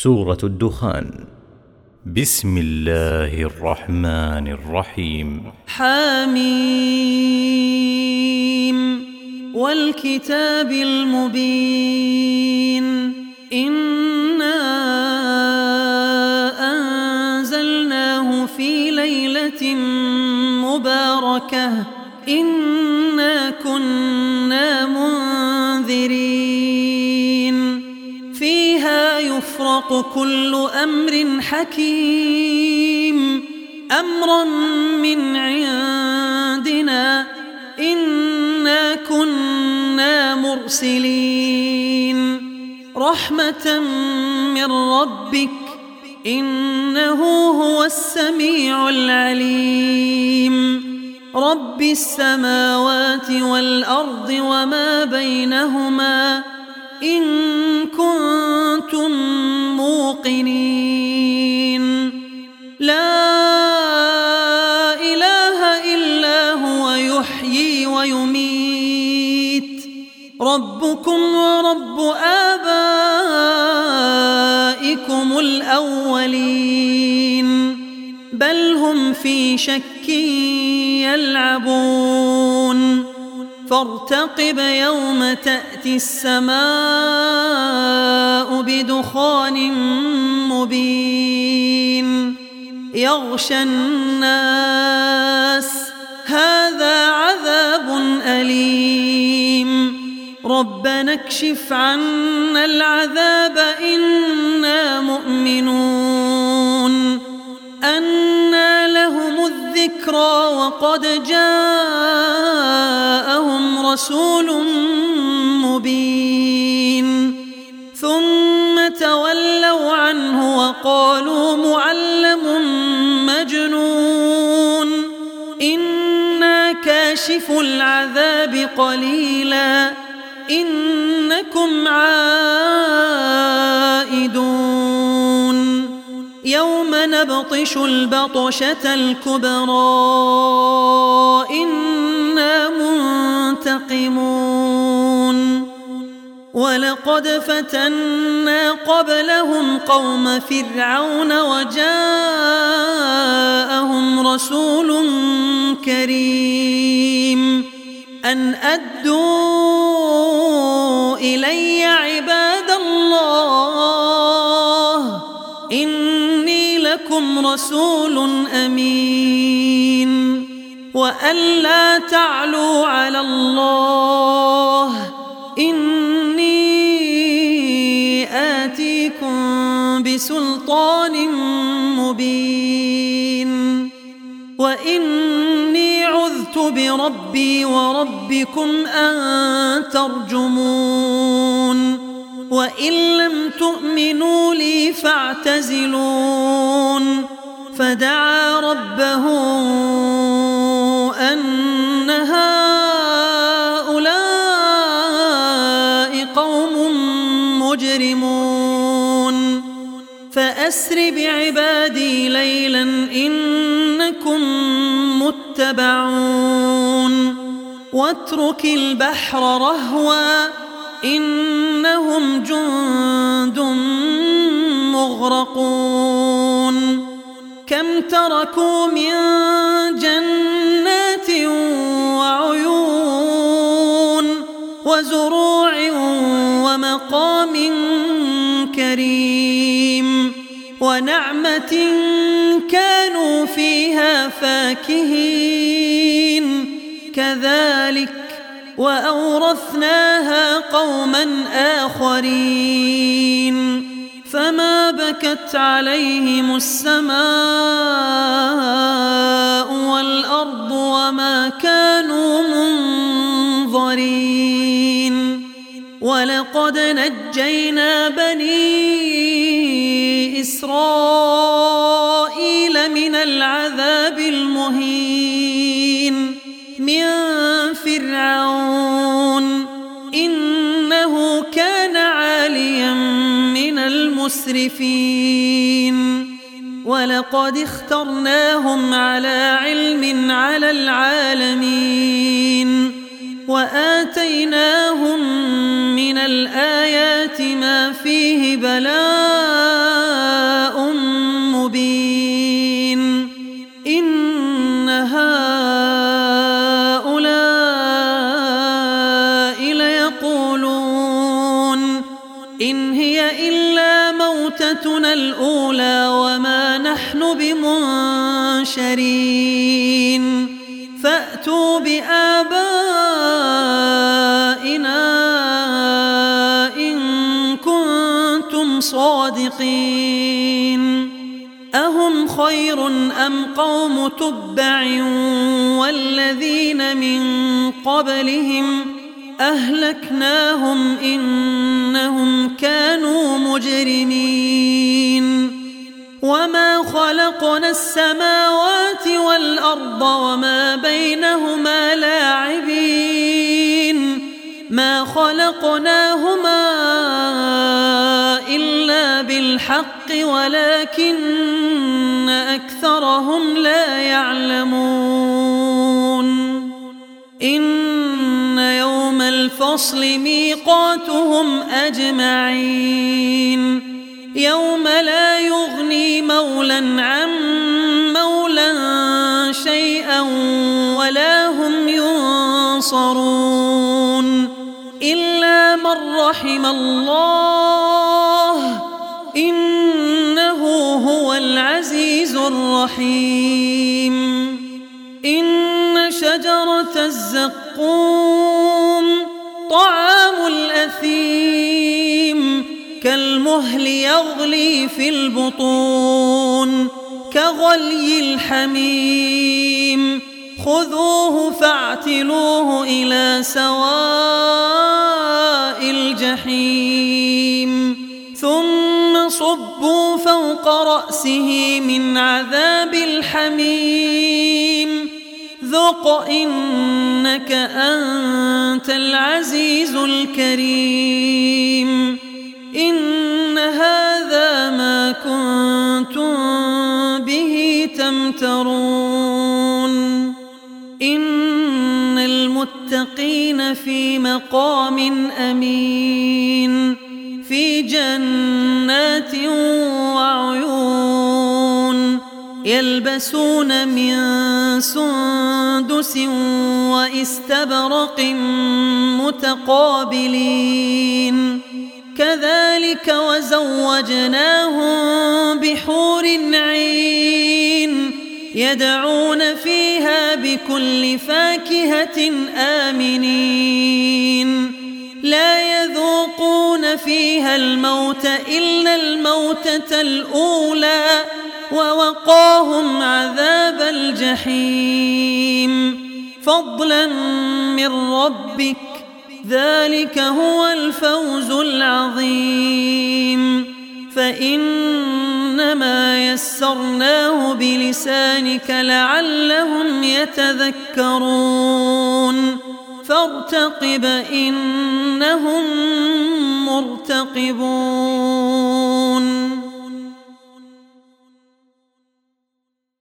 سورة الدخان. بسم الله الرحمن الرحيم. حميم والكتاب المبين. إنا أنزلناه في ليلة مباركة إنا كنا منذرين فيها يفرق كل أمر حكيم أمرا من عندنا إنا كنا مرسلين رحمة من ربك إنه هو السميع العليم رب السماوات والأرض وما بينهما إن كنتم موقنين لا إله إلا هو يحيي ويميت ربكم ورب آبائكم الأولين بل هم في شك يلعبون فارتقب يوم تأتي السماء بدخان مبين يغشى الناس هذا عذاب أليم ربنا اكشف عنا العذاب إنا مؤمنون أنى لهم الذكرى وقد جاءهم رسول مبين ثم تولوا عنه وقالوا معلم مجنون إنا كاشف العذاب قليلا إنكم عائدون يوم نبطش البطشة الكبرى إنا منتقمون ولقد فتنا قبلهم قوم فرعون وجاءهم رسول كريم أن أدوا إلي عباد الله إني لكم رسول أمين وأن لا تعلوا على الله إني آتيكم بسلطان مبين وإني عذت بربي وربكم أن ترجمون وإن لم تؤمنوا لي فاعتزلون فدعا ربه أن هؤلاء قوم مجرمون فأسر بعبادي ليلا إنكم متبعون واترك البحر رهوا إنهم جند مغرقون كم تركوا من جنات وعيون وزروع ومقام كريم ونعمة كانوا فيها فاكهين كذلك وأورثناها قوما آخرين فما بكت عليهم السماء والأرض وما كانوا منظرين ولقد نجينا بني إسرائيل من العذاب المهين من فرعون إنه كان عاليا من المسرفين ولقد اخترناهم على علم على العالمين وآتيناهم من الآيات ما فيه بلاء موتتنا الأولى وما نحن بمنشرين فأتوا بآبائنا إن كنتم صادقين أهم خير أم قوم تبع والذين من قبلهم أهلكناهم إنهم كانوا مجرمين وما خلقنا السماوات والأرض وما بينهما لاعبين ما خلقناهما إلا بالحق ولكن أكثرهم لا يعلمون إن يوم الفصل ميقاتهم أجمعين يوم لا يغني مولى عن مولى شيئا ولا هم ينصرون إلا من رحم الله إنه هو العزيز الرحيم إن شجرة الزقوم طعام الأثيم كالمهل يغلي في البطون كغلي الحميم خذوه فاعتلوه إلى سواء الجحيم ثم صبوا فوق رأسه من عذاب الحميم ذق إنك أنت العزيز الكريم إن هذا ما كنتم به تمترون إن المتقين في مقام أمين في جنات وعيون يلبسون من سندس وإستبرق متقابلين كذلك وزوجناهم بحور عين يدعون فيها بكل فاكهة آمنين لا يذوقون فيها الموت إلا الموتة الأولى ووقاهم عذاب الجحيم فضلا من ربك ذلك هو الفوز العظيم فإنما يسرناه بلسانك لعلهم يتذكرون فارتقب إنهم مرتقبون